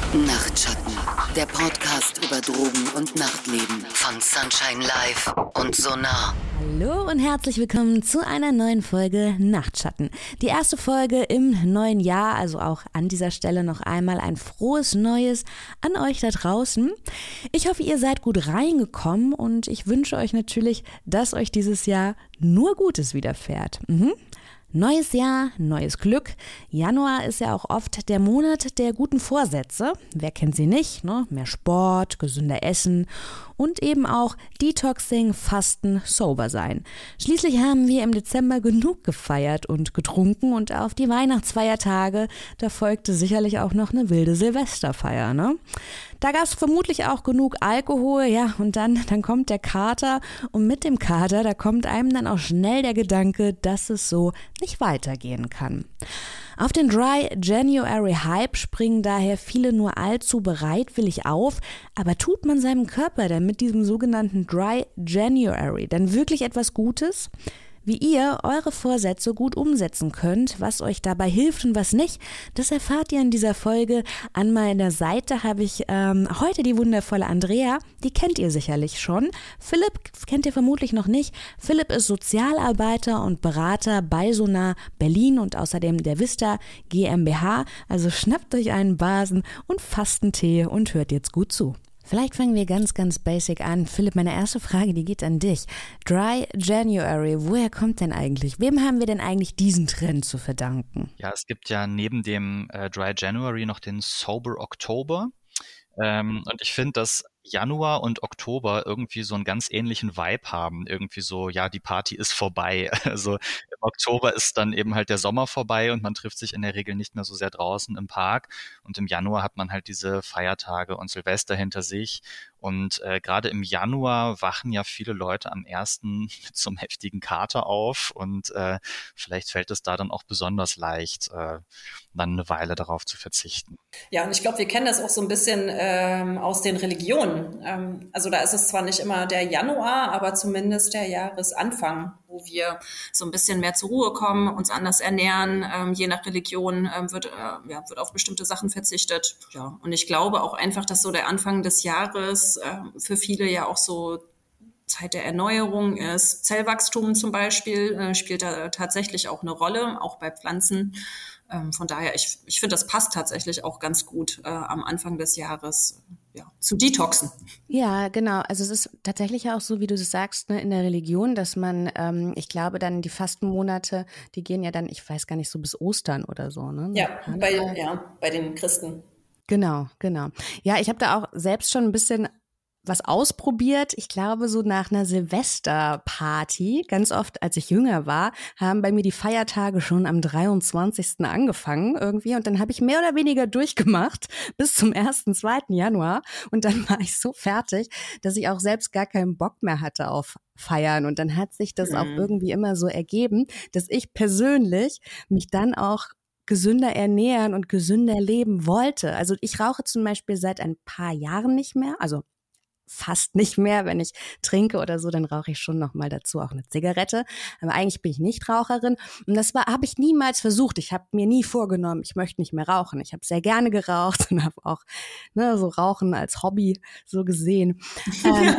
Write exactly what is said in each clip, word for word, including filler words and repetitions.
Nachtschatten, der Podcast über Drogen und Nachtleben von Sunshine Live und Sonar. Hallo und herzlich willkommen zu einer neuen Folge Nachtschatten. Die erste Folge im neuen Jahr, also auch an dieser Stelle noch einmal ein frohes Neues an euch da draußen. Ich hoffe, ihr seid gut reingekommen und ich wünsche euch natürlich, dass euch dieses Jahr nur Gutes widerfährt. Mhm. Neues Jahr, neues Glück. Januar ist ja auch oft der Monat der guten Vorsätze. Wer kennt sie nicht, ne? Mehr Sport, gesünder Essen und eben auch Detoxing, Fasten, sober sein. Schließlich haben wir im Dezember genug gefeiert und getrunken und auf die Weihnachtsfeiertage, da folgte sicherlich auch noch eine wilde Silvesterfeier, ne? Da gab es vermutlich auch genug Alkohol, ja, und dann, dann kommt der Kater und mit dem Kater, da kommt einem dann auch schnell der Gedanke, dass es so nicht weitergehen kann. Auf den Dry January Hype springen daher viele nur allzu bereitwillig auf, aber tut man seinem Körper denn mit diesem sogenannten Dry January dann wirklich etwas Gutes? Wie ihr eure Vorsätze gut umsetzen könnt, was euch dabei hilft und was nicht, das erfahrt ihr in dieser Folge. An meiner Seite habe ich ähm, heute die wundervolle Andrea, die kennt ihr sicherlich schon. Philipp kennt ihr vermutlich noch nicht. Philipp ist Sozialarbeiter und Berater bei Sonar Berlin und außerdem der Vista GmbH. Also schnappt euch einen Basen und Fastentee und hört jetzt gut zu. Vielleicht fangen wir ganz, ganz basic an. Philipp, meine erste Frage, die geht an dich. Dry January, woher kommt denn eigentlich? Wem haben wir denn eigentlich diesen Trend zu verdanken? Ja, es gibt ja neben dem äh, Dry January noch den Sober Oktober. Ähm, und ich finde, dass Januar und Oktober irgendwie so einen ganz ähnlichen Vibe haben. Irgendwie so, ja, die Party ist vorbei. Also im Oktober ist dann eben halt der Sommer vorbei und man trifft sich in der Regel nicht mehr so sehr draußen im Park. Und im Januar hat man halt diese Feiertage und Silvester hinter sich. Und äh, gerade im Januar wachen ja viele Leute am ersten mit so einem heftigen Kater auf und äh, vielleicht fällt es da dann auch besonders leicht, äh, dann eine Weile darauf zu verzichten. Ja, und ich glaube, wir kennen das auch so ein bisschen ähm, aus den Religionen. Ähm, also da ist es zwar nicht immer der Januar, aber zumindest der Jahresanfang, wo wir so ein bisschen mehr zur Ruhe kommen, uns anders ernähren. Ähm, je nach Religion ähm, wird, äh, ja, wird auf bestimmte Sachen verzichtet. Ja, und ich glaube auch einfach, dass so der Anfang des Jahres äh, für viele ja auch so Zeit der Erneuerung ist. Zellwachstum zum Beispiel äh, spielt da tatsächlich auch eine Rolle, auch bei Pflanzen. Ähm, von daher, ich, ich finde, das passt tatsächlich auch ganz gut äh, am Anfang des Jahres ja, zu detoxen. Ja, genau. Also es ist tatsächlich auch so, wie du es sagst, ne, in der Religion, dass man, ähm, ich glaube, dann die Fastenmonate, die gehen ja dann, ich weiß gar nicht, so bis Ostern oder so. Ne? Ja, bei, ja, bei den Christen. Genau, genau. Ja, ich habe da auch selbst schon ein bisschen was ausprobiert. Ich glaube, so nach einer Silvesterparty, ganz oft, als ich jünger war, haben bei mir die Feiertage schon am dreiundzwanzigsten angefangen irgendwie. Und dann habe ich mehr oder weniger durchgemacht bis zum ersten, zweiten Januar. Und dann war ich so fertig, dass ich auch selbst gar keinen Bock mehr hatte auf Feiern. Und dann hat sich das mhm. auch irgendwie immer so ergeben, dass ich persönlich mich dann auch gesünder ernähren und gesünder leben wollte. Also ich rauche zum Beispiel seit ein paar Jahren nicht mehr, also fast nicht mehr. Wenn ich trinke oder so, dann rauche ich schon noch mal dazu auch eine Zigarette. Aber eigentlich bin ich nicht Raucherin. Und das war, habe ich niemals versucht. Ich habe mir nie vorgenommen, ich möchte nicht mehr rauchen. Ich habe sehr gerne geraucht und habe auch ne, so Rauchen als Hobby so gesehen. Ähm,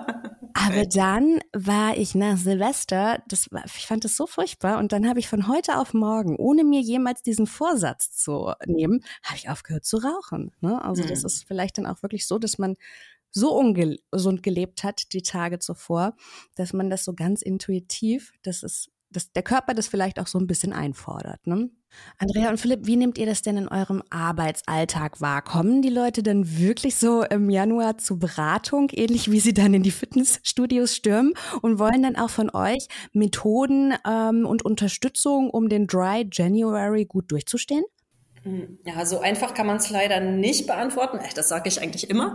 aber dann war ich nach Silvester, das war, ich fand das so furchtbar. Und dann habe ich von heute auf morgen, ohne mir jemals diesen Vorsatz zu nehmen, habe ich aufgehört zu rauchen. Ne? Also mhm. das ist vielleicht dann auch wirklich so, dass man so ungesund gelebt hat die Tage zuvor, dass man das so ganz intuitiv, das ist, dass der Körper das vielleicht auch so ein bisschen einfordert. Ne? Andrea und Philipp, wie nehmt ihr das denn in eurem Arbeitsalltag wahr? Kommen die Leute dann wirklich so im Januar zur Beratung, ähnlich wie sie dann in die Fitnessstudios stürmen und wollen dann auch von euch Methoden ähm, und Unterstützung, um den Dry January gut durchzustehen? Ja, so einfach kann man es leider nicht beantworten. Das sage ich eigentlich immer.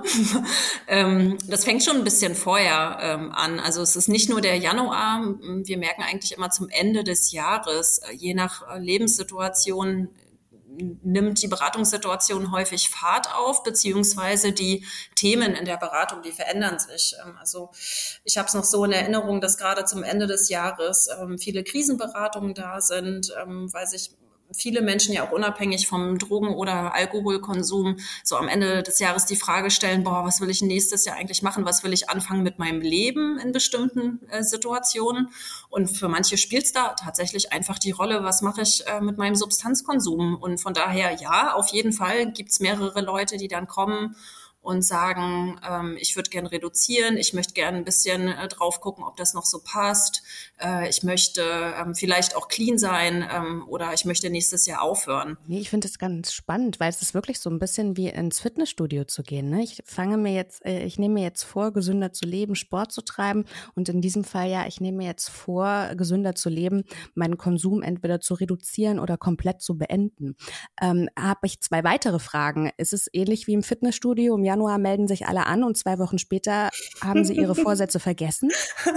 ähm, das fängt schon ein bisschen vorher ähm, an. Also es ist nicht nur der Januar. Wir merken eigentlich immer zum Ende des Jahres, je nach Lebenssituation nimmt die Beratungssituation häufig Fahrt auf, beziehungsweise die Themen in der Beratung, die verändern sich. Also ich habe es noch so in Erinnerung, dass gerade zum Ende des Jahres ähm, viele Krisenberatungen da sind, ähm, weil sich viele Menschen ja auch unabhängig vom Drogen- oder Alkoholkonsum so am Ende des Jahres die Frage stellen, boah, was will ich nächstes Jahr eigentlich machen? Was will ich anfangen mit meinem Leben in bestimmten äh, Situationen? Und für manche spielt es da tatsächlich einfach die Rolle, was mache ich äh, mit meinem Substanzkonsum? Und von daher, ja, auf jeden Fall gibt es mehrere Leute, die dann kommen und sagen, ähm, ich würde gern reduzieren, ich möchte gern ein bisschen äh, drauf gucken, ob das noch so passt, äh, ich möchte ähm, vielleicht auch clean sein ähm, oder ich möchte nächstes Jahr aufhören. Nee, ich finde das ganz spannend, weil es ist wirklich so ein bisschen wie ins Fitnessstudio zu gehen. Ne? Ich fange mir jetzt, äh, ich nehme mir jetzt vor, gesünder zu leben, Sport zu treiben und in diesem Fall ja, ich nehme mir jetzt vor, gesünder zu leben, meinen Konsum entweder zu reduzieren oder komplett zu beenden. Ähm, habe ich zwei weitere Fragen. Ist es ähnlich wie im Fitnessstudio? Im Januar melden sich alle an und zwei Wochen später haben sie ihre Vorsätze vergessen?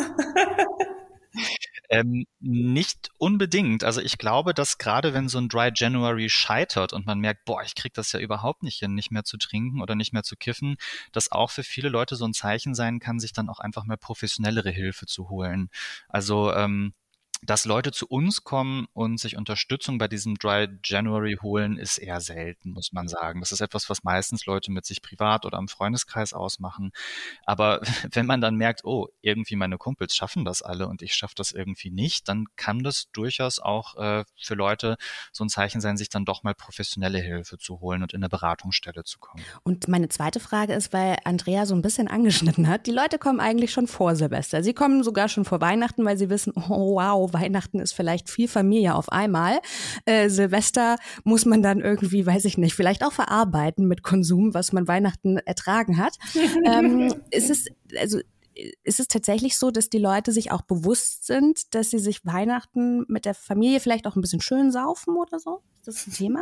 Ähm, nicht unbedingt. Also ich glaube, dass gerade wenn so ein Dry January scheitert und man merkt, boah, ich krieg das ja überhaupt nicht hin, nicht mehr zu trinken oder nicht mehr zu kiffen, dass auch für viele Leute so ein Zeichen sein kann, sich dann auch einfach mal professionellere Hilfe zu holen. Also ähm, dass Leute zu uns kommen und sich Unterstützung bei diesem Dry January holen, ist eher selten, muss man sagen. Das ist etwas, was meistens Leute mit sich privat oder im Freundeskreis ausmachen. Aber wenn man dann merkt, oh, irgendwie meine Kumpels schaffen das alle und ich schaffe das irgendwie nicht, dann kann das durchaus auch äh, für Leute so ein Zeichen sein, sich dann doch mal professionelle Hilfe zu holen und in eine Beratungsstelle zu kommen. Und meine zweite Frage ist, weil Andrea so ein bisschen angeschnitten hat, die Leute kommen eigentlich schon vor Silvester. Sie kommen sogar schon vor Weihnachten, weil sie wissen, oh wow, Weihnachten ist vielleicht viel Familie auf einmal. Äh, Silvester muss man dann irgendwie, weiß ich nicht, vielleicht auch verarbeiten mit Konsum, was man Weihnachten ertragen hat. ähm, ist es, also, ist es tatsächlich so, dass die Leute sich auch bewusst sind, dass sie sich Weihnachten mit der Familie vielleicht auch ein bisschen schön saufen oder so? Ist das ein Thema?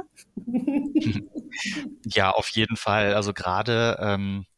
Ja, auf jeden Fall. Also gerade ähm,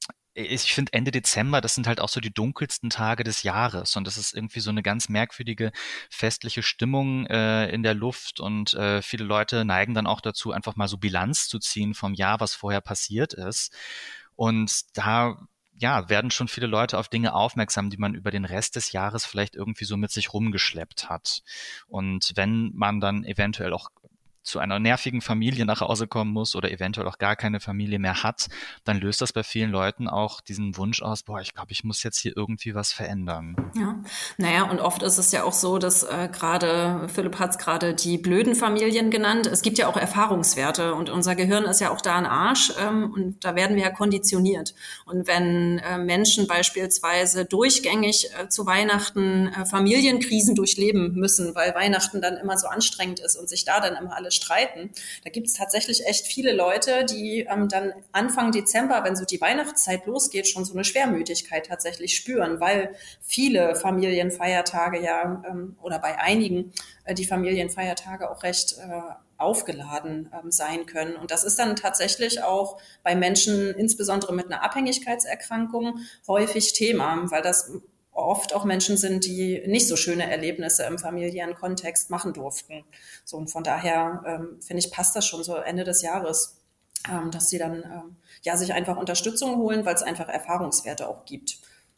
ich finde Ende Dezember, das sind halt auch so die dunkelsten Tage des Jahres und das ist irgendwie so eine ganz merkwürdige festliche Stimmung äh, in der Luft und äh, viele Leute neigen dann auch dazu, einfach mal so Bilanz zu ziehen vom Jahr, was vorher passiert ist. Und da ja, werden schon viele Leute auf Dinge aufmerksam, die man über den Rest des Jahres vielleicht irgendwie so mit sich rumgeschleppt hat. Und wenn man dann eventuell auch zu einer nervigen Familie nach Hause kommen muss oder eventuell auch gar keine Familie mehr hat, dann löst das bei vielen Leuten auch diesen Wunsch aus, boah, ich glaube, ich muss jetzt hier irgendwie was verändern. Ja, naja, und oft ist es ja auch so, dass äh, gerade, Philipp hat es gerade die blöden Familien genannt, es gibt ja auch Erfahrungswerte und unser Gehirn ist ja auch da ein Arsch ähm, und da werden wir ja konditioniert. Und wenn äh, Menschen beispielsweise durchgängig äh, zu Weihnachten äh, Familienkrisen durchleben müssen, weil Weihnachten dann immer so anstrengend ist und sich da dann immer alle streiten. Da gibt es tatsächlich echt viele Leute, die ähm, dann Anfang Dezember, wenn so die Weihnachtszeit losgeht, schon so eine Schwermütigkeit tatsächlich spüren, weil viele Familienfeiertage ja ähm, oder bei einigen äh, die Familienfeiertage auch recht äh, aufgeladen ähm, sein können. Und das ist dann tatsächlich auch bei Menschen, insbesondere mit einer Abhängigkeitserkrankung, häufig Thema, weil das oft auch Menschen sind, die nicht so schöne Erlebnisse im familiären Kontext machen durften. So, und von daher ähm, finde ich, passt das schon so Ende des Jahres, ähm, dass sie dann ähm, ja sich einfach Unterstützung holen, weil es einfach Erfahrungswerte auch gibt.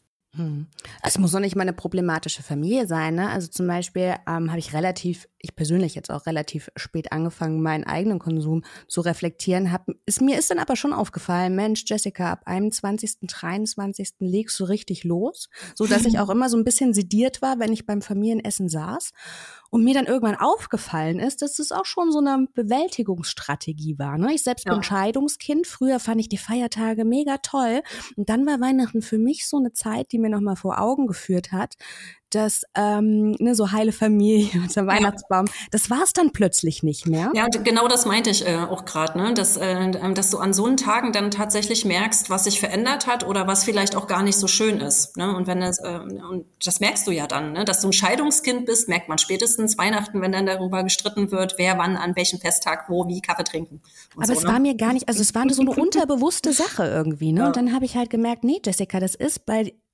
Hm. Es muss doch nicht mal eine problematische Familie sein, ne? Also zum Beispiel ähm, habe ich relativ, ich persönlich jetzt auch relativ spät angefangen, meinen eigenen Konsum zu reflektieren. Hab, ist, mir ist dann aber schon aufgefallen, Mensch, Jessica, ab einundzwanzigsten, dreiundzwanzigsten legst du richtig los, so dass ich auch immer so ein bisschen sediert war, wenn ich beim Familienessen saß. Und mir dann irgendwann aufgefallen ist, dass es auch schon so eine Bewältigungsstrategie war. Ne? Ich selbst bin Ja. Scheidungskind. Früher fand ich die Feiertage mega toll. Und dann war Weihnachten für mich so eine Zeit, die mir nochmal vor Augen geführt hat, dass ähm, ne, so heile Familie unter Weihnachtsbaum, das war es dann plötzlich nicht mehr. Ja, d- genau das meinte ich äh, auch gerade, ne? dass, äh, dass du an so einen Tagen dann tatsächlich merkst, was sich verändert hat oder was vielleicht auch gar nicht so schön ist. Ne? Und wenn das, äh, und das merkst du ja dann, ne? Dass du ein Scheidungskind bist, merkt man spätestens Weihnachten, wenn dann darüber gestritten wird, wer wann an welchem Festtag wo wie Kaffee trinken. Und Aber so, es ne? war mir gar nicht, also es war so eine unterbewusste Sache irgendwie. Ne? Ja. Und dann habe ich halt gemerkt, nee, Jessica, das ist bei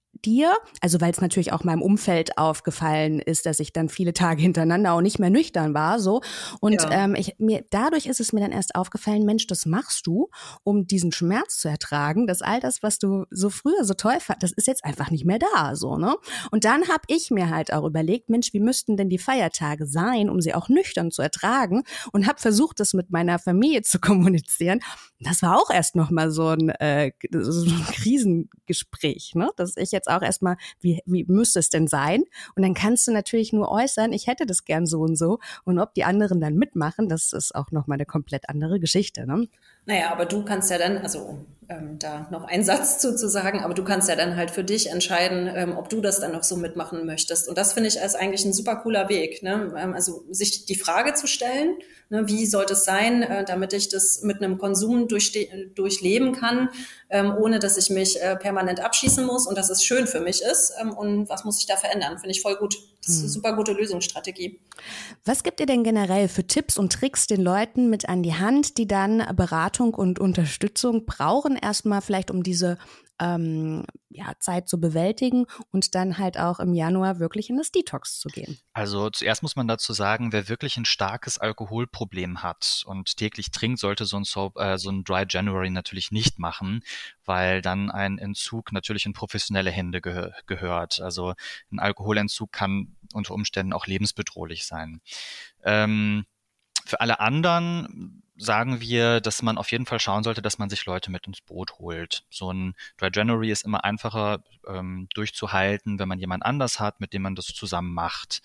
dir, also weil es natürlich auch meinem Umfeld aufgefallen ist, dass ich dann viele Tage hintereinander auch nicht mehr nüchtern war, so. Und Ja. ähm, ich, mir, dadurch ist es mir dann erst aufgefallen, Mensch, das machst du, um diesen Schmerz zu ertragen, dass all das, was du so früher so toll fandest, das ist jetzt einfach nicht mehr da, so, ne? Und dann habe ich mir halt auch überlegt, Mensch, wie müssten denn die Feiertage sein, um sie auch nüchtern zu ertragen, und habe versucht, das mit meiner Familie zu kommunizieren. Das war auch erst noch mal so ein, äh, so ein Krisengespräch, ne? Dass ich jetzt auch erstmal, wie, wie müsste es denn sein? Und dann kannst du natürlich nur äußern, ich hätte das gern so und so. Und ob die anderen dann mitmachen, das ist auch nochmal eine komplett andere Geschichte, ne? Naja, aber du kannst ja dann, also ähm, da noch einen Satz zu, zu sagen, aber du kannst ja dann halt für dich entscheiden, ähm, ob du das dann noch so mitmachen möchtest. Und das finde ich als eigentlich ein super cooler Weg, ne? Ähm, also sich die Frage zu stellen, ne, wie sollte es sein, äh, damit ich das mit einem Konsum durchste- durchleben kann, ähm, ohne dass ich mich äh, permanent abschießen muss und dass es schön für mich ist. Ähm, und was muss ich da verändern? Finde ich voll gut. Das ist eine super gute Lösungsstrategie. Was gibt ihr denn generell für Tipps und Tricks den Leuten mit an die Hand, die dann Beratung und Unterstützung brauchen, erstmal vielleicht um diese ähm, ja, Zeit zu bewältigen und dann halt auch im Januar wirklich in das Detox zu gehen? Also zuerst muss man dazu sagen, wer wirklich ein starkes Alkoholproblem hat und täglich trinkt, sollte so ein, so äh, so ein Dry January natürlich nicht machen, weil dann ein Entzug natürlich in professionelle Hände ge- gehört. Also ein Alkoholentzug kann unter Umständen auch lebensbedrohlich sein. Ähm, für alle anderen sagen wir, dass man auf jeden Fall schauen sollte, dass man sich Leute mit ins Boot holt. So ein Dry January ist immer einfacher ähm, durchzuhalten, wenn man jemand anders hat, mit dem man das zusammen macht.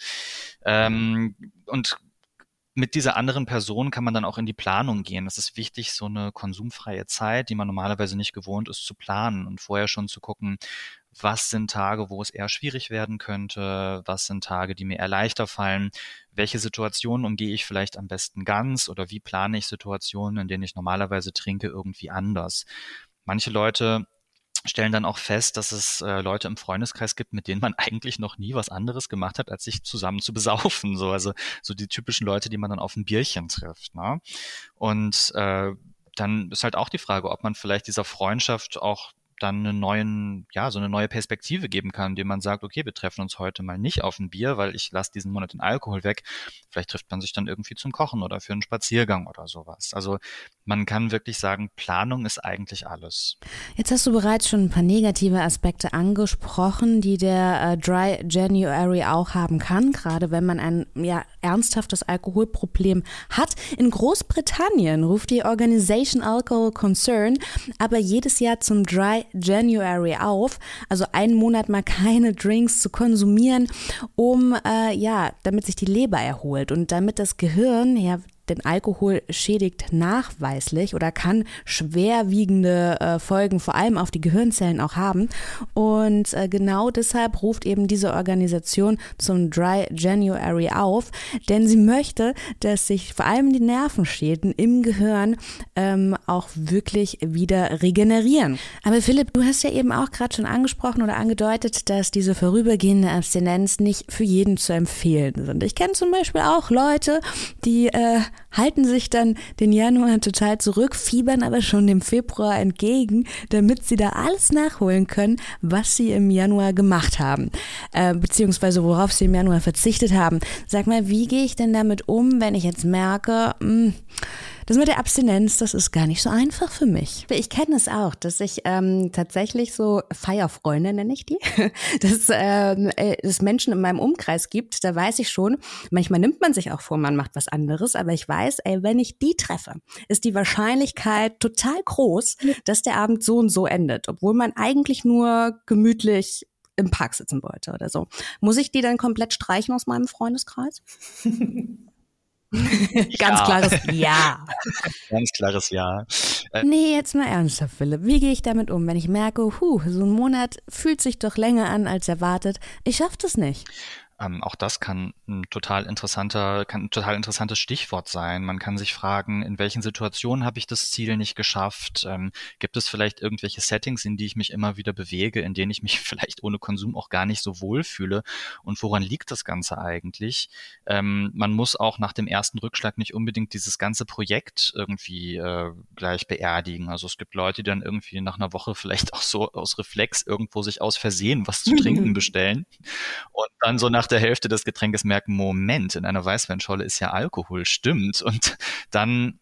Ähm, und mit dieser anderen Person kann man dann auch in die Planung gehen. Es ist wichtig, so eine konsumfreie Zeit, die man normalerweise nicht gewohnt ist, zu planen und vorher schon zu gucken, was sind Tage, wo es eher schwierig werden könnte, was sind Tage, die mir eher leichter fallen, welche Situationen umgehe ich vielleicht am besten ganz oder wie plane ich Situationen, in denen ich normalerweise trinke, irgendwie anders. Manche Leute stellen dann auch fest, dass es äh, Leute im Freundeskreis gibt, mit denen man eigentlich noch nie was anderes gemacht hat, als sich zusammen zu besaufen. So, also so die typischen Leute, die man dann auf ein Bierchen trifft, ne? Und äh, dann ist halt auch die Frage, ob man vielleicht dieser Freundschaft auch dann einen neuen, ja, so eine neue Perspektive geben kann, indem man sagt, okay, wir treffen uns heute mal nicht auf ein Bier, weil ich lasse diesen Monat den Alkohol weg. Vielleicht trifft man sich dann irgendwie zum Kochen oder für einen Spaziergang oder sowas. Also man kann wirklich sagen, Planung ist eigentlich alles. Jetzt hast du bereits schon ein paar negative Aspekte angesprochen, die der äh, Dry January auch haben kann, gerade wenn man ein ja, ernsthaftes Alkoholproblem hat. In Großbritannien ruft die Organisation Alcohol Concern aber jedes Jahr zum Dry January auf, also einen Monat mal keine Drinks zu konsumieren, um äh, ja, damit sich die Leber erholt und damit das Gehirn ja denn Alkohol schädigt nachweislich oder kann schwerwiegende äh, Folgen vor allem auf die Gehirnzellen auch haben. Und äh, genau deshalb ruft eben diese Organisation zum Dry January auf, denn sie möchte, dass sich vor allem die Nervenschäden im Gehirn ähm, auch wirklich wieder regenerieren. Aber Philipp, du hast ja eben auch gerade schon angesprochen oder angedeutet, dass diese vorübergehende Abstinenz nicht für jeden zu empfehlen sind. Ich kenne zum Beispiel auch Leute, die äh, halten sich dann den Januar total zurück, fiebern aber schon dem Februar entgegen, damit sie da alles nachholen können, was sie im Januar gemacht haben, äh, beziehungsweise worauf sie im Januar verzichtet haben. Sag mal, wie gehe ich denn damit um, wenn ich jetzt merke, mh, das mit der Abstinenz, das ist gar nicht so einfach für mich. Ich kenne es auch, dass ich ähm, tatsächlich so Feierfreunde, nenne ich die, dass ähm, es Menschen in meinem Umkreis gibt, da weiß ich schon, manchmal nimmt man sich auch vor, man macht was anderes, aber ich weiß, ey, wenn ich die treffe, ist die Wahrscheinlichkeit total groß, dass der Abend so und so endet, obwohl man eigentlich nur gemütlich im Park sitzen wollte oder so. Muss ich die dann komplett streichen aus meinem Freundeskreis? Ganz Ja. klares Ja. Ganz klares Ja. Äh, Nee, jetzt mal ernsthaft, Philipp. Wie gehe ich damit um, wenn ich merke, huh, so ein Monat fühlt sich doch länger an als erwartet. Ich schaffe das nicht. Ähm, auch das kann ein total interessanter, kann ein total interessantes Stichwort sein. Man kann sich fragen, in welchen Situationen habe ich das Ziel nicht geschafft? Ähm, gibt es vielleicht irgendwelche Settings, in die ich mich immer wieder bewege, in denen ich mich vielleicht ohne Konsum auch gar nicht so wohlfühle? Und woran liegt das Ganze eigentlich? Ähm, man muss auch nach dem ersten Rückschlag nicht unbedingt dieses ganze Projekt irgendwie äh, gleich beerdigen. Also es gibt Leute, die dann irgendwie nach einer Woche vielleicht auch so aus Reflex irgendwo sich aus Versehen was zu trinken bestellen und dann so nach der Hälfte des Getränkes merken, Moment, in einer Weißweinschorle ist ja Alkohol, stimmt. Und dann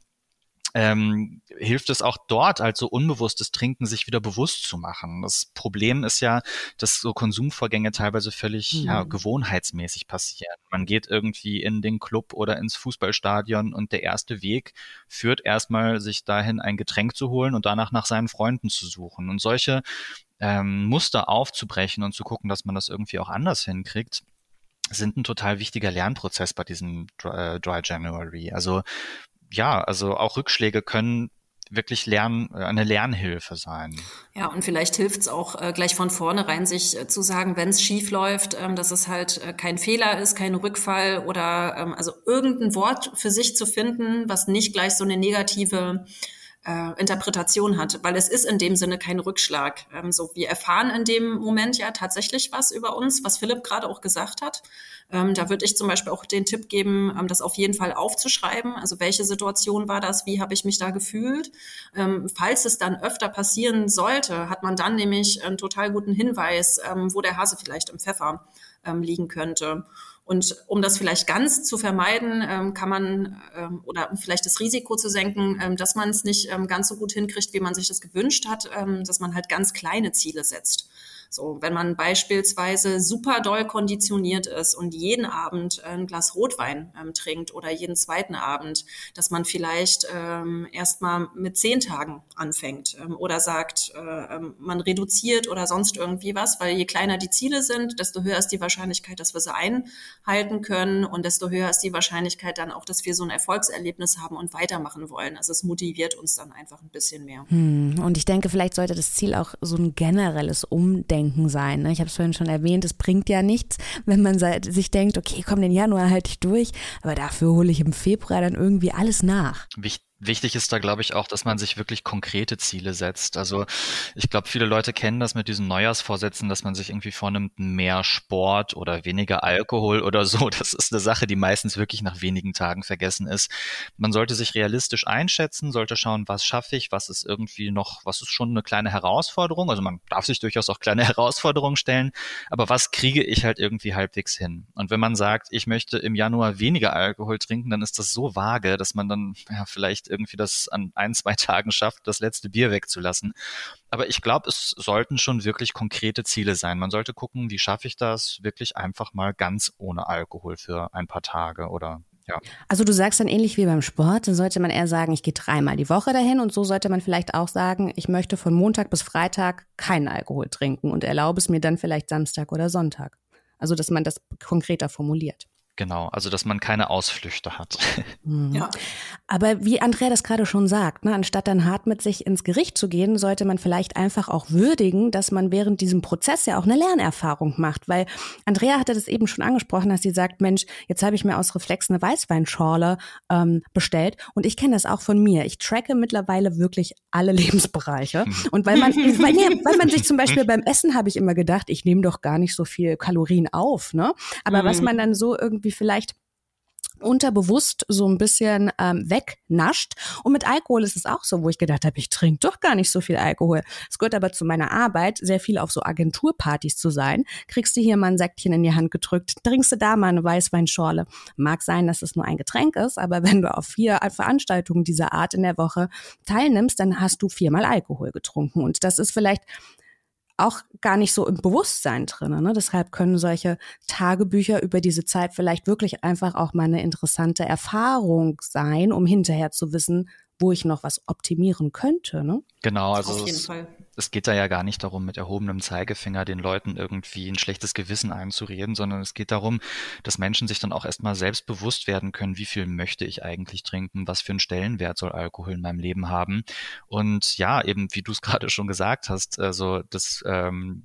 ähm, hilft es auch dort, halt so unbewusstes Trinken sich wieder bewusst zu machen. Das Problem ist ja, dass so Konsumvorgänge teilweise völlig mhm. ja, gewohnheitsmäßig passieren. Man geht irgendwie in den Club oder ins Fußballstadion und der erste Weg führt erstmal, sich dahin ein Getränk zu holen und danach nach seinen Freunden zu suchen. Und solche ähm, Muster aufzubrechen und zu gucken, dass man das irgendwie auch anders hinkriegt, sind ein total wichtiger Lernprozess bei diesem Dry, Dry January. Also ja, also auch Rückschläge können wirklich lernen, eine Lernhilfe sein. Ja, und vielleicht hilft es auch äh, gleich von vornherein, sich äh, zu sagen, wenn es schief läuft, ähm, dass es halt äh, kein Fehler ist, kein Rückfall oder ähm, also irgendein Wort für sich zu finden, was nicht gleich so eine negative Äh, Interpretation hat, weil es ist in dem Sinne kein Rückschlag. Ähm, so, wir erfahren in dem Moment ja tatsächlich was über uns, was Philipp gerade auch gesagt hat. Ähm, da würde ich zum Beispiel auch den Tipp geben, ähm, das auf jeden Fall aufzuschreiben. Also welche Situation war das? Wie habe ich mich da gefühlt? Ähm, falls es dann öfter passieren sollte, hat man dann nämlich einen total guten Hinweis, ähm, wo der Hase vielleicht im Pfeffer ähm, liegen könnte. Und um das vielleicht ganz zu vermeiden, ähm, kann man, ähm, oder um vielleicht das Risiko zu senken, ähm, dass man es nicht ähm, ganz so gut hinkriegt, wie man sich das gewünscht hat, ähm, dass man halt ganz kleine Ziele setzt. So, wenn man beispielsweise super doll konditioniert ist und jeden Abend ein Glas Rotwein ähm, trinkt oder jeden zweiten Abend, dass man vielleicht ähm, erstmal mit zehn Tagen anfängt ähm, oder sagt, äh, man reduziert oder sonst irgendwie was, weil je kleiner die Ziele sind, desto höher ist die Wahrscheinlichkeit, dass wir sie einhalten können und desto höher ist die Wahrscheinlichkeit dann auch, dass wir so ein Erfolgserlebnis haben und weitermachen wollen. Also es motiviert uns dann einfach ein bisschen mehr. Hm, und ich denke, vielleicht sollte das Ziel auch so ein generelles Umdenken sein. Ich habe es vorhin schon erwähnt, es bringt ja nichts, wenn man sich denkt, okay, komm, den Januar halte ich durch, aber dafür hole ich im Februar dann irgendwie alles nach. Wichtig. Wichtig ist da, glaube ich, auch, dass man sich wirklich konkrete Ziele setzt. Also ich glaube, viele Leute kennen das mit diesen Neujahrsvorsätzen, dass man sich irgendwie vornimmt, mehr Sport oder weniger Alkohol oder so. Das ist eine Sache, die meistens wirklich nach wenigen Tagen vergessen ist. Man sollte sich realistisch einschätzen, sollte schauen, was schaffe ich, was ist irgendwie noch, was ist schon eine kleine Herausforderung. Also man darf sich durchaus auch kleine Herausforderungen stellen, aber was kriege ich halt irgendwie halbwegs hin? Und wenn man sagt, ich möchte im Januar weniger Alkohol trinken, dann ist das so vage, dass man dann ja vielleicht irgendwie das an ein, zwei Tagen schafft, das letzte Bier wegzulassen. Aber ich glaube, es sollten schon wirklich konkrete Ziele sein. Man sollte gucken, wie schaffe ich das wirklich einfach mal ganz ohne Alkohol für ein paar Tage oder ja. Also du sagst dann ähnlich wie beim Sport, dann sollte man eher sagen, ich gehe dreimal die Woche dahin und so sollte man vielleicht auch sagen, ich möchte von Montag bis Freitag keinen Alkohol trinken und erlaube es mir dann vielleicht Samstag oder Sonntag. Also dass man das konkreter formuliert. Genau, also dass man keine Ausflüchte hat. Mhm. Ja. Aber wie Andrea das gerade schon sagt, ne, anstatt dann hart mit sich ins Gericht zu gehen, sollte man vielleicht einfach auch würdigen, dass man während diesem Prozess ja auch eine Lernerfahrung macht. Weil Andrea hatte das eben schon angesprochen, dass sie sagt, Mensch, jetzt habe ich mir aus Reflex eine Weißweinschorle ähm, bestellt und ich kenne das auch von mir. Ich tracke mittlerweile wirklich alle Lebensbereiche. Und weil man, weil, nee, weil man sich zum Beispiel beim Essen habe ich immer gedacht, ich nehme doch gar nicht so viel Kalorien auf, ne? Aber mhm. was man dann so irgendwie wie vielleicht unterbewusst so ein bisschen ähm, wegnascht. Und mit Alkohol ist es auch so, wo ich gedacht habe, ich trinke doch gar nicht so viel Alkohol. Es gehört aber zu meiner Arbeit, sehr viel auf so Agenturpartys zu sein. Kriegst du hier mal ein Säckchen in die Hand gedrückt, trinkst du da mal eine Weißweinschorle. Mag sein, dass es nur ein Getränk ist, aber wenn du auf vier Veranstaltungen dieser Art in der Woche teilnimmst, dann hast du viermal Alkohol getrunken. Und das ist vielleicht auch gar nicht so im Bewusstsein drin. Ne? Deshalb können solche Tagebücher über diese Zeit vielleicht wirklich einfach auch mal eine interessante Erfahrung sein, um hinterher zu wissen, wo ich noch was optimieren könnte. Ne? Genau, also Auf jeden es, Fall. es geht da ja gar nicht darum, mit erhobenem Zeigefinger den Leuten irgendwie ein schlechtes Gewissen einzureden, sondern es geht darum, dass Menschen sich dann auch erstmal selbst bewusst werden können, wie viel möchte ich eigentlich trinken, was für einen Stellenwert soll Alkohol in meinem Leben haben. Und ja, eben wie du es gerade schon gesagt hast, also das ähm,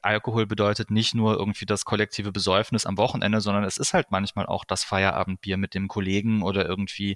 Alkohol bedeutet nicht nur irgendwie das kollektive Besäufnis am Wochenende, sondern es ist halt manchmal auch das Feierabendbier mit dem Kollegen oder irgendwie,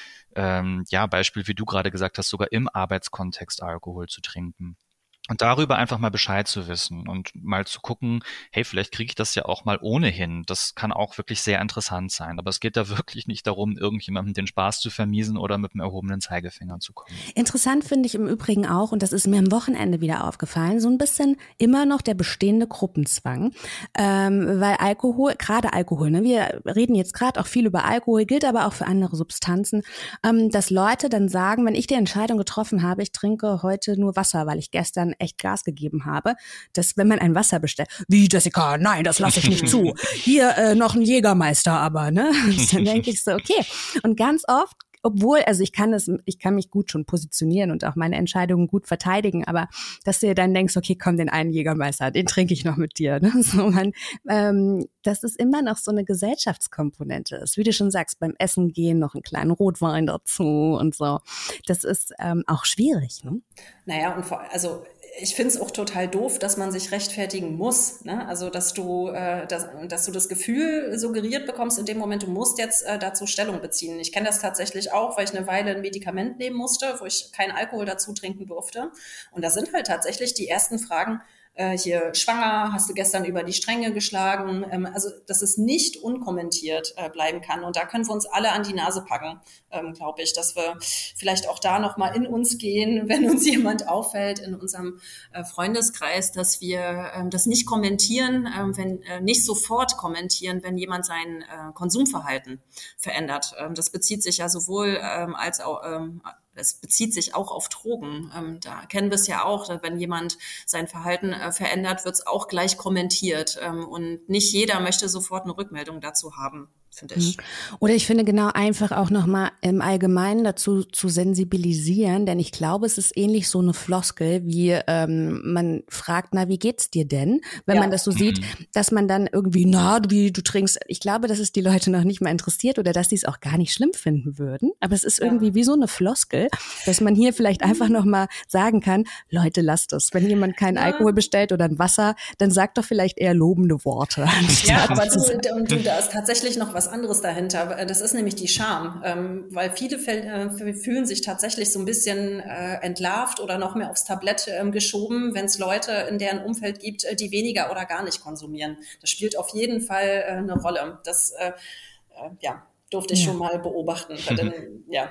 ähm, ja, Beispiel, wie du gerade gesagt hast, sogar im Arbeitskontext Alkohol zu trinken. Und darüber einfach mal Bescheid zu wissen und mal zu gucken, hey, vielleicht kriege ich das ja auch mal ohnehin. Das kann auch wirklich sehr interessant sein. Aber es geht da wirklich nicht darum, irgendjemandem den Spaß zu vermiesen oder mit dem erhobenen Zeigefinger zu kommen. Interessant finde ich im Übrigen auch, und das ist mir am Wochenende wieder aufgefallen, so ein bisschen immer noch der bestehende Gruppenzwang. Ähm, weil Alkohol, gerade Alkohol, ne, wir reden jetzt gerade auch viel über Alkohol, gilt aber auch für andere Substanzen, ähm, dass Leute dann sagen, wenn ich die Entscheidung getroffen habe, ich trinke heute nur Wasser, weil ich gestern echt Gas gegeben habe, dass wenn man ein Wasser bestellt, wie Jessica, nein, das lasse ich nicht zu. Hier äh, noch ein Jägermeister, aber, ne? Dann denke ich so, okay. Und ganz oft, obwohl, also ich kann das, ich kann mich gut schon positionieren und auch meine Entscheidungen gut verteidigen, aber dass du dir dann denkst, okay, komm, den einen Jägermeister, den trinke ich noch mit dir. Ne? So, man, ähm, dass es immer noch so eine Gesellschaftskomponente ist. Wie du schon sagst, beim Essen gehen noch einen kleinen Rotwein dazu und so. Das ist ähm, auch schwierig, ne? Naja, und vor, also ich finde es auch total doof, dass man sich rechtfertigen muss. Ne? Also, dass du, äh, dass, dass du das Gefühl suggeriert bekommst, in dem Moment, du musst jetzt äh, dazu Stellung beziehen. Ich kenne das tatsächlich auch, weil ich eine Weile ein Medikament nehmen musste, wo ich keinen Alkohol dazu trinken durfte. Und da sind halt tatsächlich die ersten Fragen, äh, hier schwanger, hast du gestern über die Stränge geschlagen, ähm, also dass es nicht unkommentiert äh, bleiben kann. Und da können wir uns alle an die Nase packen, ähm, glaube ich, dass wir vielleicht auch da nochmal in uns gehen, wenn uns jemand auffällt in unserem äh, Freundeskreis, dass wir ähm, das nicht kommentieren, ähm, wenn äh, nicht sofort kommentieren, wenn jemand sein äh, Konsumverhalten verändert. Ähm, das bezieht sich ja sowohl ähm, als auch ähm, Es bezieht sich auch auf Drogen. Ähm, da kennen wir es ja auch, wenn jemand sein Verhalten äh, verändert, wird es auch gleich kommentiert. Ähm, und nicht jeder möchte sofort eine Rückmeldung dazu haben, finde ich. Oder ich finde genau einfach auch nochmal im Allgemeinen dazu zu sensibilisieren, denn ich glaube, es ist ähnlich so eine Floskel, wie ähm, man fragt, na, wie geht's dir denn? Wenn ja. man das so sieht, dass man dann irgendwie, na, wie du trinkst. Ich glaube, dass es die Leute noch nicht mal interessiert oder dass die es auch gar nicht schlimm finden würden. Aber es ist irgendwie ja. wie so eine Floskel, dass man hier vielleicht einfach nochmal sagen kann, Leute, lasst es. Wenn jemand keinen ja. Alkohol bestellt oder ein Wasser, dann sagt doch vielleicht eher lobende Worte. Ja, aber du, und du, da ist tatsächlich noch was anderes dahinter. Das ist nämlich die Scham, ähm, weil viele äh, fühlen sich tatsächlich so ein bisschen äh, entlarvt oder noch mehr aufs Tablett äh, geschoben, wenn es Leute in deren Umfeld gibt, die weniger oder gar nicht konsumieren. Das spielt auf jeden Fall äh, eine Rolle. Das, äh, äh, ja, durfte ich ja. schon mal beobachten. Dann, ja.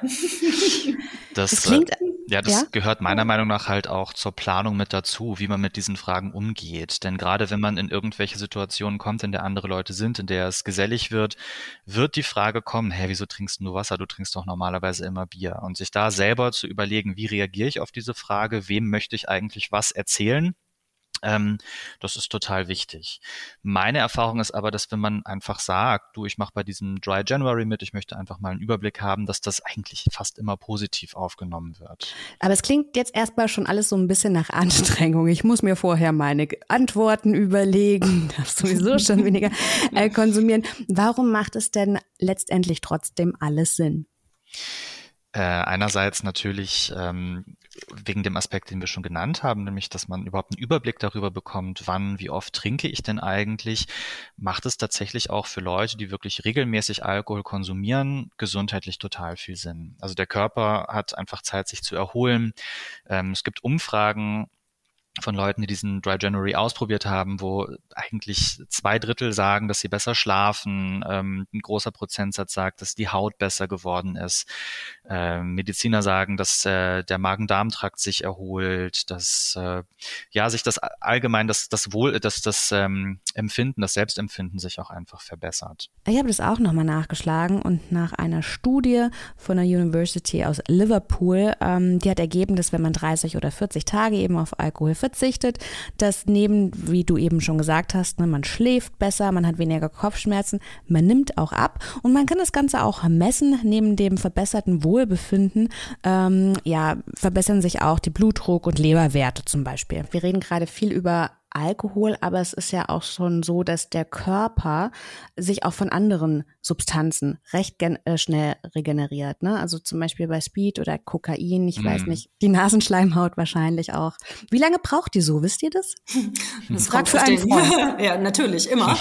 Das, das klingt, äh, ja, das ja? gehört meiner Meinung nach halt auch zur Planung mit dazu, wie man mit diesen Fragen umgeht. Denn gerade wenn man in irgendwelche Situationen kommt, in der andere Leute sind, in der es gesellig wird, wird die Frage kommen, hä, wieso trinkst du nur Wasser? Du trinkst doch normalerweise immer Bier. Und sich da selber zu überlegen, wie reagiere ich auf diese Frage? Wem möchte ich eigentlich was erzählen? Ähm, das ist total wichtig. Meine Erfahrung ist aber, dass wenn man einfach sagt, du, ich mache bei diesem Dry January mit, ich möchte einfach mal einen Überblick haben, dass das eigentlich fast immer positiv aufgenommen wird. Aber es klingt jetzt erstmal schon alles so ein bisschen nach Anstrengung. Ich muss mir vorher meine Antworten überlegen, darf sowieso schon weniger äh, konsumieren. Warum macht es denn letztendlich trotzdem alles Sinn? Äh, einerseits natürlich ähm, wegen dem Aspekt, den wir schon genannt haben, nämlich, dass man überhaupt einen Überblick darüber bekommt, wann, wie oft trinke ich denn eigentlich, macht es tatsächlich auch für Leute, die wirklich regelmäßig Alkohol konsumieren, gesundheitlich total viel Sinn. Also der Körper hat einfach Zeit, sich zu erholen. Ähm, es gibt Umfragen von Leuten, die diesen Dry January ausprobiert haben, wo eigentlich zwei Drittel sagen, dass sie besser schlafen. Ähm, ein großer Prozentsatz sagt, dass die Haut besser geworden ist. Ähm, Mediziner sagen, dass äh, der Magen-Darm-Trakt sich erholt, dass äh, ja sich das allgemein, das, das Wohl, das, das ähm, Empfinden, das Selbstempfinden sich auch einfach verbessert. Ich habe das auch nochmal nachgeschlagen und nach einer Studie von der University aus Liverpool, ähm, die hat ergeben, dass wenn man dreißig oder vierzig Tage eben auf Alkohol verzichtet, dass neben, wie du eben schon gesagt hast, ne, man schläft besser, man hat weniger Kopfschmerzen, man nimmt auch ab und man kann das Ganze auch messen. Neben dem verbesserten Wohlbefinden ähm, ja, verbessern sich auch die Blutdruck- und Leberwerte zum Beispiel. Wir reden gerade viel über Alkohol, aber es ist ja auch schon so, dass der Körper sich auch von anderen Substanzen recht gen- äh, schnell regeneriert, ne? Also zum Beispiel bei Speed oder Kokain, ich mm. weiß nicht, die Nasenschleimhaut wahrscheinlich auch. Wie lange braucht die so, wisst ihr das? Das kommt für einen Freund. Ja, natürlich, immer.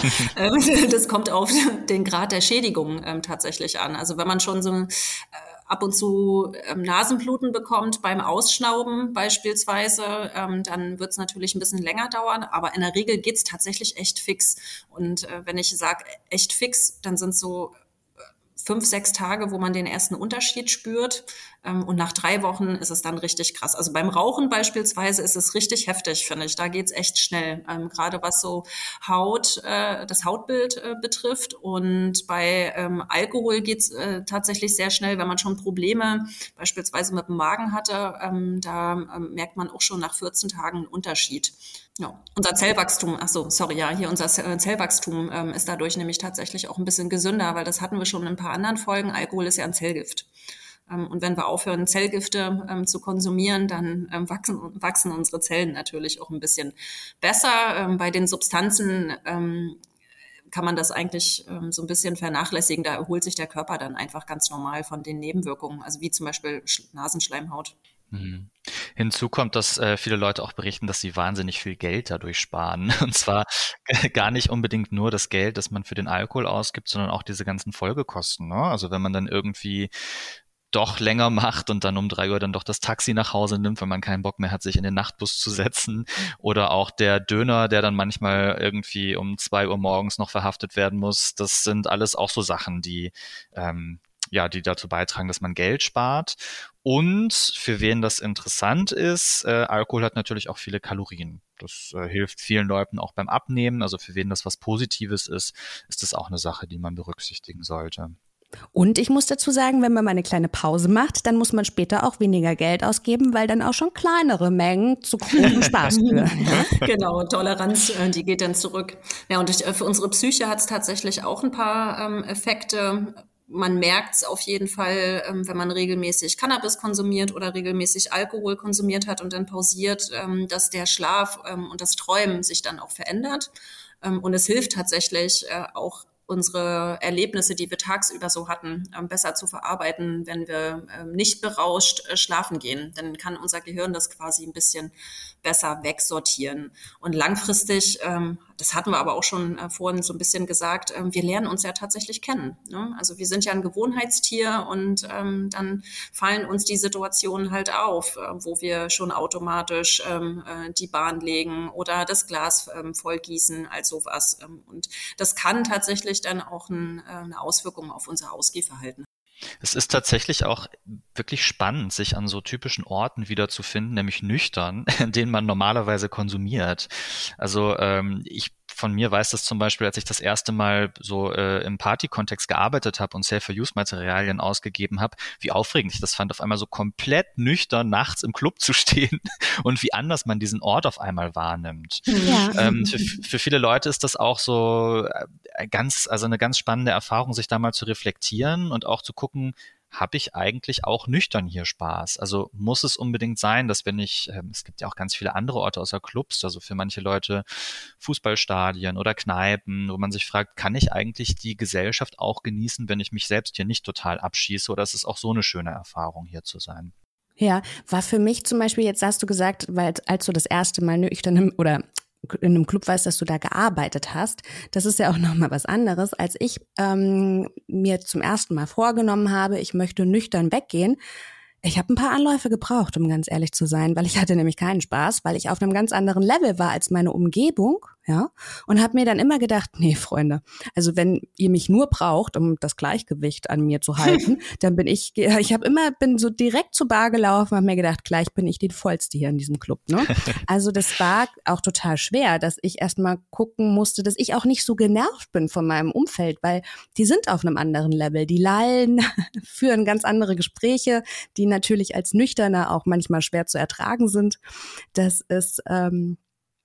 Das kommt auf den Grad der Schädigung ähm, tatsächlich an. Also wenn man schon so äh, ab und zu ähm, Nasenbluten bekommt beim Ausschnauben beispielsweise, ähm, dann wird es natürlich ein bisschen länger dauern, aber in der Regel geht's tatsächlich echt fix. Und äh, wenn ich sage echt fix, dann sind so fünf, sechs Tage, wo man den ersten Unterschied spürt. Ähm, und nach drei Wochen ist es dann richtig krass. Also beim Rauchen beispielsweise ist es richtig heftig, finde ich. Da geht's echt schnell, ähm, gerade was so Haut, äh, das Hautbild äh, betrifft. Und bei ähm, Alkohol geht's äh, tatsächlich sehr schnell, wenn man schon Probleme beispielsweise mit dem Magen hatte. Ähm, da ähm, merkt man auch schon nach vierzehn Tagen einen Unterschied. Ja, unser Zellwachstum, ach so, sorry, ja, hier unser Zellwachstum ähm, ist dadurch nämlich tatsächlich auch ein bisschen gesünder, weil das hatten wir schon in ein paar anderen Folgen. Alkohol ist ja ein Zellgift. Ähm, und wenn wir aufhören, Zellgifte ähm, zu konsumieren, dann ähm, wachsen, wachsen unsere Zellen natürlich auch ein bisschen besser. Ähm, bei den Substanzen ähm, kann man das eigentlich ähm, so ein bisschen vernachlässigen. Da erholt sich der Körper dann einfach ganz normal von den Nebenwirkungen, also wie zum Beispiel Nasenschleimhaut. Mhm. Hinzu kommt, dass äh, viele Leute auch berichten, dass sie wahnsinnig viel Geld dadurch sparen. Und zwar gar nicht unbedingt nur das Geld, das man für den Alkohol ausgibt, sondern auch diese ganzen Folgekosten, ne? Also wenn man dann irgendwie doch länger macht und dann um drei Uhr dann doch das Taxi nach Hause nimmt, wenn man keinen Bock mehr hat, sich in den Nachtbus zu setzen. Oder auch der Döner, der dann manchmal irgendwie um zwei Uhr morgens noch verhaftet werden muss. Das sind alles auch so Sachen, die ähm, ja, die dazu beitragen, dass man Geld spart. Und für wen das interessant ist, äh, Alkohol hat natürlich auch viele Kalorien. Das äh, hilft vielen Leuten auch beim Abnehmen. Also für wen das was Positives ist, ist das auch eine Sache, die man berücksichtigen sollte. Und ich muss dazu sagen, wenn man mal eine kleine Pause macht, dann muss man später auch weniger Geld ausgeben, weil dann auch schon kleinere Mengen zu großem Spaß führen. Genau, Toleranz, die geht dann zurück. Ja, und für unsere Psyche hat es tatsächlich auch ein paar ähm, Effekte. Man merkt es auf jeden Fall, ähm, wenn man regelmäßig Cannabis konsumiert oder regelmäßig Alkohol konsumiert hat und dann pausiert, ähm, dass der Schlaf ähm, und das Träumen sich dann auch verändert. Ähm, und es hilft tatsächlich äh, auch, unsere Erlebnisse, die wir tagsüber so hatten, besser zu verarbeiten, wenn wir nicht berauscht schlafen gehen. Dann kann unser Gehirn das quasi ein bisschen besser wegsortieren. Und langfristig, das hatten wir aber auch schon vorhin so ein bisschen gesagt, wir lernen uns ja tatsächlich kennen. Also wir sind ja ein Gewohnheitstier und dann fallen uns die Situationen halt auf, wo wir schon automatisch die Bahn legen oder das Glas vollgießen, als sowas. Und das kann tatsächlich dann auch ein, eine Auswirkung auf unser Ausgehverhalten. Es ist tatsächlich auch wirklich spannend, sich an so typischen Orten wiederzufinden, nämlich nüchtern, in denen man normalerweise konsumiert. Also ähm, ich von mir weiß das zum Beispiel, als ich das erste Mal so äh, im Party-Kontext gearbeitet habe und Safe-for-Use-Materialien ausgegeben habe, wie aufregend ich das fand, auf einmal so komplett nüchtern nachts im Club zu stehen und wie anders man diesen Ort auf einmal wahrnimmt. Ja. Ähm, für, für viele Leute ist das auch so äh, ganz, also eine ganz spannende Erfahrung, sich da mal zu reflektieren und auch zu gucken, habe ich eigentlich auch nüchtern hier Spaß? Also muss es unbedingt sein, dass wenn ich, äh, es gibt ja auch ganz viele andere Orte außer Clubs, also für manche Leute Fußballstadien oder Kneipen, wo man sich fragt, kann ich eigentlich die Gesellschaft auch genießen, wenn ich mich selbst hier nicht total abschieße, oder ist es auch so eine schöne Erfahrung, hier zu sein? Ja, war für mich zum Beispiel, jetzt hast du gesagt, weil als du das erste Mal nüchtern oder in einem Club weißt, dass du da gearbeitet hast, das ist ja auch nochmal was anderes, als ich ähm, mir zum ersten Mal vorgenommen habe, ich möchte nüchtern weggehen. Ich habe ein paar Anläufe gebraucht, um ganz ehrlich zu sein, weil ich hatte nämlich keinen Spaß, weil ich auf einem ganz anderen Level war als meine Umgebung, ja, und habe mir dann immer gedacht, nee, Freunde, also wenn ihr mich nur braucht, um das Gleichgewicht an mir zu halten, dann bin ich, ich habe immer, bin so direkt zur Bar gelaufen, habe mir gedacht, gleich bin ich die Vollste hier in diesem Club, ne? Also das war auch total schwer, dass ich erstmal gucken musste, dass ich auch nicht so genervt bin von meinem Umfeld, weil die sind auf einem anderen Level, die lallen, führen ganz andere Gespräche, die natürlich als Nüchterner auch manchmal schwer zu ertragen sind. Das ist ähm,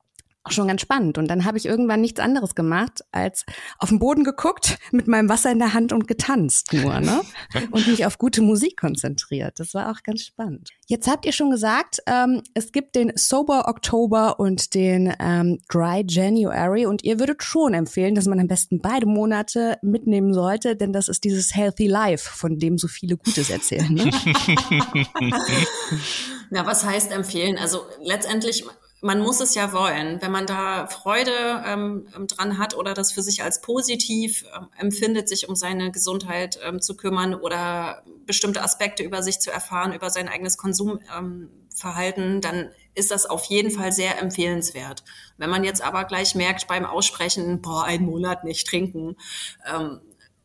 auch schon ganz spannend. Und dann habe ich irgendwann nichts anderes gemacht, als auf den Boden geguckt, mit meinem Wasser in der Hand und getanzt nur, ne? Und mich auf gute Musik konzentriert. Das war auch ganz spannend. Jetzt habt ihr schon gesagt, ähm, es gibt den Sober Oktober und den ähm, Dry January. Und ihr würdet schon empfehlen, dass man am besten beide Monate mitnehmen sollte, denn das ist dieses Healthy Life, von dem so viele Gutes erzählen, ne? Na, was heißt empfehlen? Also letztendlich, man muss es ja wollen. Wenn man da Freude ähm, dran hat oder das für sich als positiv ähm, empfindet, sich um seine Gesundheit ähm, zu kümmern oder bestimmte Aspekte über sich zu erfahren, über sein eigenes Konsumverhalten, ähm, dann ist das auf jeden Fall sehr empfehlenswert. Wenn man jetzt aber gleich merkt beim Aussprechen, boah, einen Monat nicht trinken, ähm,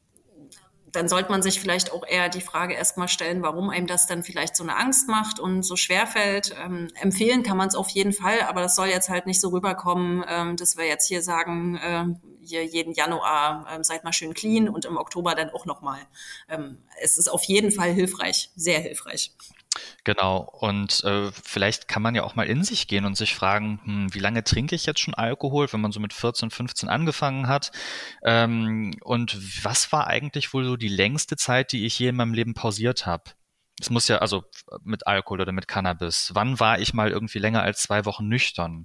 dann sollte man sich vielleicht auch eher die Frage erstmal stellen, warum einem das dann vielleicht so eine Angst macht und so schwerfällt. Ähm, empfehlen kann man es auf jeden Fall, aber das soll jetzt halt nicht so rüberkommen, ähm, dass wir jetzt hier sagen, äh, hier jeden Januar äh, seid mal schön clean und im Oktober dann auch nochmal. Ähm, es ist auf jeden Fall hilfreich, sehr hilfreich. Genau, und äh, vielleicht kann man ja auch mal in sich gehen und sich fragen, hm, wie lange trinke ich jetzt schon Alkohol, wenn man so mit vierzehn, fünfzehn angefangen hat, ähm, und was war eigentlich wohl so die längste Zeit, die ich je in meinem Leben pausiert habe? Es muss ja, also mit Alkohol oder mit Cannabis, wann war ich mal irgendwie länger als zwei Wochen nüchtern?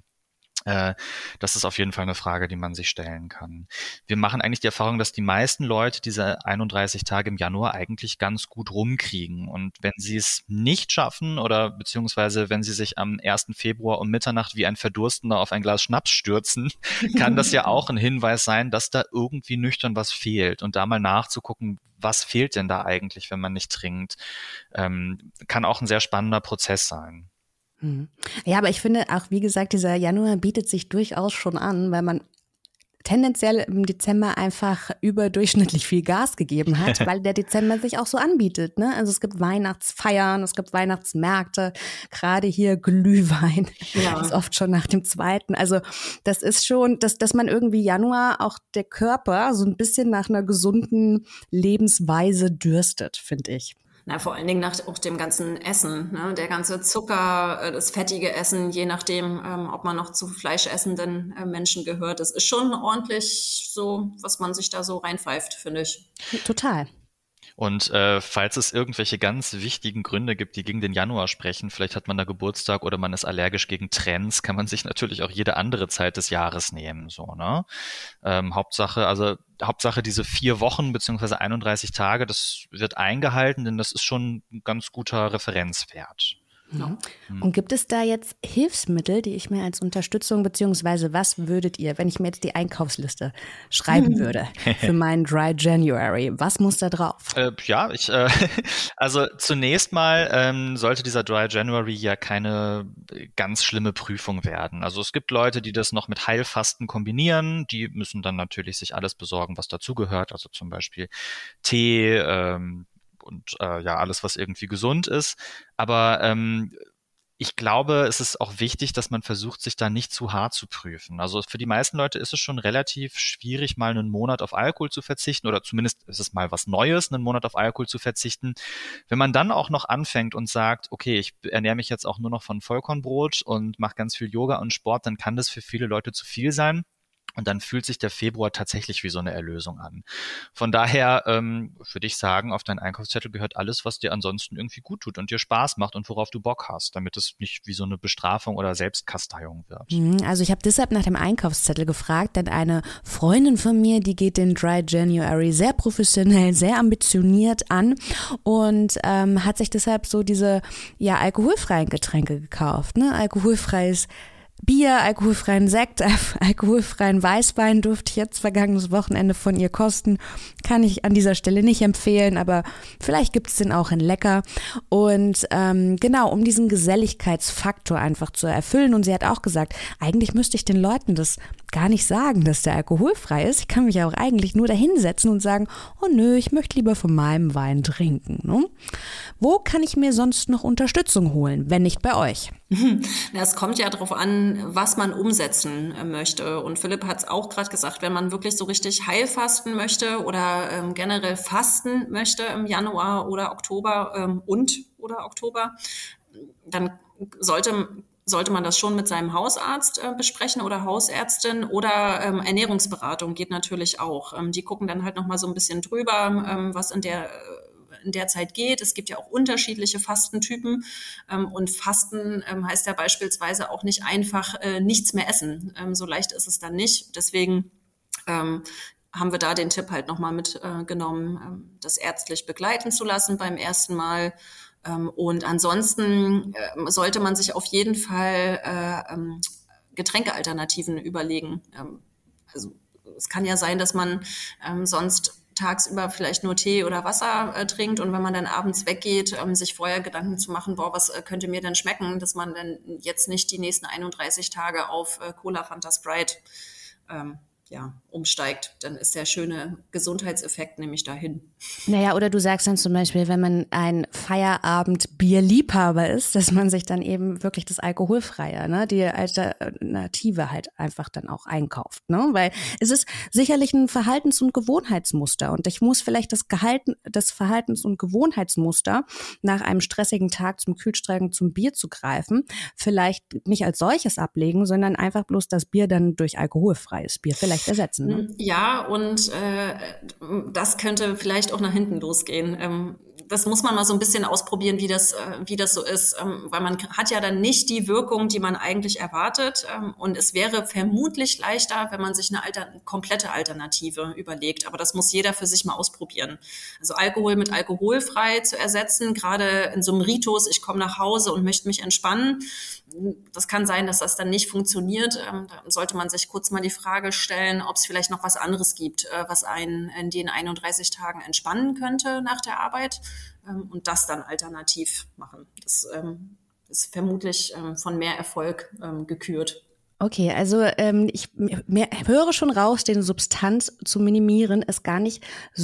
Das ist auf jeden Fall eine Frage, die man sich stellen kann. Wir machen eigentlich die Erfahrung, dass die meisten Leute diese einunddreißig Tage im Januar eigentlich ganz gut rumkriegen. Und wenn sie es nicht schaffen oder beziehungsweise wenn sie sich am ersten Februar um Mitternacht wie ein Verdurstender auf ein Glas Schnaps stürzen, kann das ja auch ein Hinweis sein, dass da irgendwie nüchtern was fehlt. Und da mal nachzugucken, was fehlt denn da eigentlich, wenn man nicht trinkt, ähm, kann auch ein sehr spannender Prozess sein. Ja, aber ich finde auch, wie gesagt, dieser Januar bietet sich durchaus schon an, weil man tendenziell im Dezember einfach überdurchschnittlich viel Gas gegeben hat, weil der Dezember sich auch so anbietet, ne? Also es gibt Weihnachtsfeiern, es gibt Weihnachtsmärkte, gerade hier Glühwein ja. ist oft schon nach dem zweiten. Also das ist schon, dass, dass man irgendwie Januar auch der Körper so ein bisschen nach einer gesunden Lebensweise dürstet, finde ich. Na, vor allen Dingen nach auch dem ganzen Essen, ne? Der ganze Zucker, das fettige Essen, je nachdem, ähm, ob man noch zu fleischessenden äh, Menschen gehört. Das ist schon ordentlich so, was man sich da so reinpfeift, finde ich. Total. Und äh, falls es irgendwelche ganz wichtigen Gründe gibt, die gegen den Januar sprechen, vielleicht hat man da Geburtstag oder man ist allergisch gegen Trends, kann man sich natürlich auch jede andere Zeit des Jahres nehmen, so, ne? Ähm, Hauptsache, also Hauptsache diese vier Wochen beziehungsweise einunddreißig Tage, das wird eingehalten, denn das ist schon ein ganz guter Referenzwert. Ja. Und gibt es da jetzt Hilfsmittel, die ich mir als Unterstützung, beziehungsweise was würdet ihr, wenn ich mir jetzt die Einkaufsliste schreiben würde für meinen Dry January, was muss da drauf? Äh, ja, ich, äh, also zunächst mal ähm, sollte dieser Dry January ja keine ganz schlimme Prüfung werden. Also es gibt Leute, die das noch mit Heilfasten kombinieren, die müssen dann natürlich sich alles besorgen, was dazugehört, also zum Beispiel Tee, ähm, und äh, ja, alles, was irgendwie gesund ist. Aber ähm, ich glaube, es ist auch wichtig, dass man versucht, sich da nicht zu hart zu prüfen. Also für die meisten Leute ist es schon relativ schwierig, mal einen Monat auf Alkohol zu verzichten oder zumindest ist es mal was Neues, einen Monat auf Alkohol zu verzichten. Wenn man dann auch noch anfängt und sagt, okay, ich ernähre mich jetzt auch nur noch von Vollkornbrot und mache ganz viel Yoga und Sport, dann kann das für viele Leute zu viel sein. Und dann fühlt sich der Februar tatsächlich wie so eine Erlösung an. Von daher ähm, würde ich sagen, auf deinen Einkaufszettel gehört alles, was dir ansonsten irgendwie gut tut und dir Spaß macht und worauf du Bock hast, damit es nicht wie so eine Bestrafung oder Selbstkasteiung wird. Also ich habe deshalb nach dem Einkaufszettel gefragt, denn eine Freundin von mir, die geht den Dry January sehr professionell, sehr ambitioniert an und ähm, hat sich deshalb so diese ja alkoholfreien Getränke gekauft, ne? Alkoholfreies Bier, alkoholfreien Sekt, alkoholfreien Weißwein durfte ich jetzt vergangenes Wochenende von ihr kosten. Kann ich an dieser Stelle nicht empfehlen, aber vielleicht gibt es den auch in lecker. Und ähm, genau, um diesen Geselligkeitsfaktor einfach zu erfüllen. Und sie hat auch gesagt, eigentlich müsste ich den Leuten das gar nicht sagen, dass der alkoholfrei ist. Ich kann mich auch eigentlich nur dahinsetzen und sagen, oh nö, ich möchte lieber von meinem Wein trinken. Ne? Wo kann ich mir sonst noch Unterstützung holen, wenn nicht bei euch? Es kommt ja darauf an, was man umsetzen möchte. Und Philipp hat es auch gerade gesagt, wenn man wirklich so richtig Heilfasten möchte oder ähm, generell fasten möchte im Januar oder Oktober ähm, und oder Oktober, dann sollte sollte man das schon mit seinem Hausarzt äh, besprechen oder Hausärztin oder ähm, Ernährungsberatung geht natürlich auch. Ähm, die gucken dann halt nochmal so ein bisschen drüber, ähm, was in der in der Zeit geht. Es gibt ja auch unterschiedliche Fastentypen ähm, und Fasten ähm, heißt ja beispielsweise auch nicht einfach äh, nichts mehr essen. Ähm, so leicht ist es dann nicht. Deswegen ähm, haben wir da den Tipp halt nochmal mitgenommen, äh, ähm, das ärztlich begleiten zu lassen beim ersten Mal. Ähm, und ansonsten äh, sollte man sich auf jeden Fall äh, ähm, Getränkealternativen überlegen. Ähm, also es kann ja sein, dass man ähm, sonst tagsüber vielleicht nur Tee oder Wasser äh, trinkt und wenn man dann abends weggeht, ähm, sich vorher Gedanken zu machen, boah, was äh, könnte mir denn schmecken, dass man dann jetzt nicht die nächsten einunddreißig Tage auf äh, Cola, Fanta, Sprite ähm, ja, umsteigt, dann ist der schöne Gesundheitseffekt nämlich dahin. Naja, oder du sagst dann zum Beispiel, wenn man ein Feierabend-Bierliebhaber ist, dass man sich dann eben wirklich das Alkoholfreie, ne, die Alternative halt einfach dann auch einkauft, ne, weil es ist sicherlich ein Verhaltens- und Gewohnheitsmuster und ich muss vielleicht das Gehalten, das Verhaltens- und Gewohnheitsmuster nach einem stressigen Tag zum Kühlschrank zum Bier zu greifen, vielleicht nicht als solches ablegen, sondern einfach bloß das Bier dann durch alkoholfreies Bier vielleicht ersetzen. Ne? Ja, und äh, das könnte vielleicht auch nach hinten losgehen. Ähm, das muss man mal so ein bisschen ausprobieren, wie das, äh, wie das so ist, ähm, weil man hat ja dann nicht die Wirkung, die man eigentlich erwartet. Ähm, und es wäre vermutlich leichter, wenn man sich eine Alter- komplette Alternative überlegt. Aber das muss jeder für sich mal ausprobieren. Also Alkohol mit alkoholfrei zu ersetzen, gerade in so einem Ritus, ich komme nach Hause und möchte mich entspannen. Das kann sein, dass das dann nicht funktioniert. Ähm, da sollte man sich kurz mal die Frage stellen, ob es vielleicht noch was anderes gibt, äh, was einen in den einunddreißig Tagen entspannen könnte nach der Arbeit ähm, und das dann alternativ machen. Das ähm, ist vermutlich ähm, von mehr Erfolg ähm, gekürt. Okay, also ähm, ich mehr, höre schon raus, den Substanz zu minimieren ist gar nicht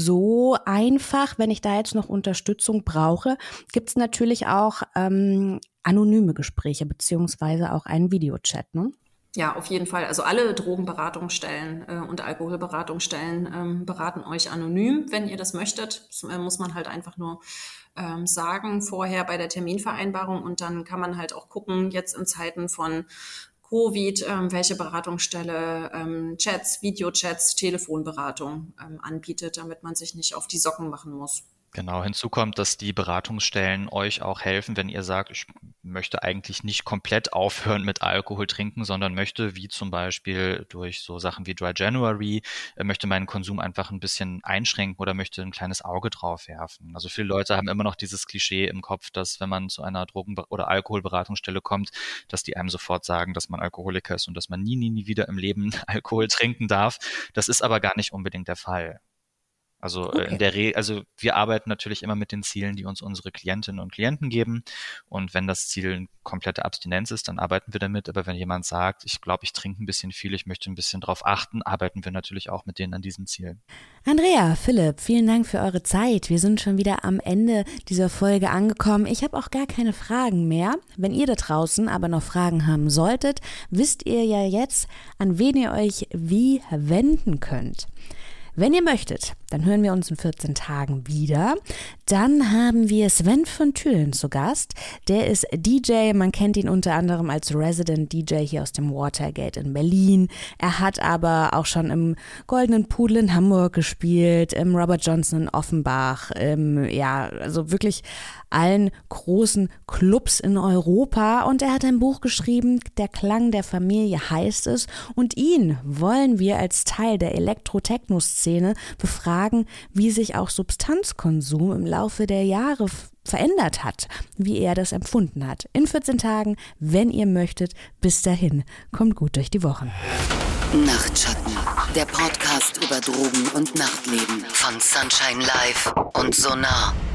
so einfach. Wenn ich da jetzt noch Unterstützung brauche, gibt es natürlich auch ähm, anonyme Gespräche beziehungsweise auch einen Videochat, ne? Ja, auf jeden Fall. Also alle Drogenberatungsstellen äh, und Alkoholberatungsstellen ähm, beraten euch anonym, wenn ihr das möchtet. Das äh, muss man halt einfach nur ähm, sagen vorher bei der Terminvereinbarung und dann kann man halt auch gucken, jetzt in Zeiten von Covid, ähm, welche Beratungsstelle ähm, Chats, Videochats, Telefonberatung ähm, anbietet, damit man sich nicht auf die Socken machen muss. Genau, hinzu kommt, dass die Beratungsstellen euch auch helfen, wenn ihr sagt, ich möchte eigentlich nicht komplett aufhören mit Alkohol trinken, sondern möchte, wie zum Beispiel durch so Sachen wie Dry January, äh, möchte meinen Konsum einfach ein bisschen einschränken oder möchte ein kleines Auge drauf werfen. Also viele Leute haben immer noch dieses Klischee im Kopf, dass wenn man zu einer Drogen- oder Alkoholberatungsstelle kommt, dass die einem sofort sagen, dass man Alkoholiker ist und dass man nie, nie, nie wieder im Leben Alkohol trinken darf. Das ist aber gar nicht unbedingt der Fall. Also okay. in der Re- also wir arbeiten natürlich immer mit den Zielen, die uns unsere Klientinnen und Klienten geben. Und wenn das Ziel eine komplette Abstinenz ist, dann arbeiten wir damit. Aber wenn jemand sagt, ich glaube, ich trinke ein bisschen viel, ich möchte ein bisschen drauf achten, arbeiten wir natürlich auch mit denen an diesen Zielen. Andrea, Philipp, vielen Dank für eure Zeit. Wir sind schon wieder am Ende dieser Folge angekommen. Ich habe auch gar keine Fragen mehr. Wenn ihr da draußen aber noch Fragen haben solltet, wisst ihr ja jetzt, an wen ihr euch wie wenden könnt. Wenn ihr möchtet, dann hören wir uns in vierzehn Tagen wieder. Dann haben wir Sven von Thülen zu Gast. Der ist D J, man kennt ihn unter anderem als Resident D J hier aus dem Watergate in Berlin. Er hat aber auch schon im Goldenen Pudel in Hamburg gespielt, im Robert Johnson in Offenbach, im, ja, also wirklich allen großen Clubs in Europa. Und er hat ein Buch geschrieben, Der Klang der Familie heißt es. Und ihn wollen wir als Teil der Elektro-Techno-Szene befragen, wie sich auch Substanzkonsum im Laufe der Jahre verändert hat, wie er das empfunden hat. In vierzehn Tagen, wenn ihr möchtet. Bis dahin, kommt gut durch die Wochen. Nachtschatten, der Podcast über Drogen und Nachtleben von Sunshine Live und Sonar.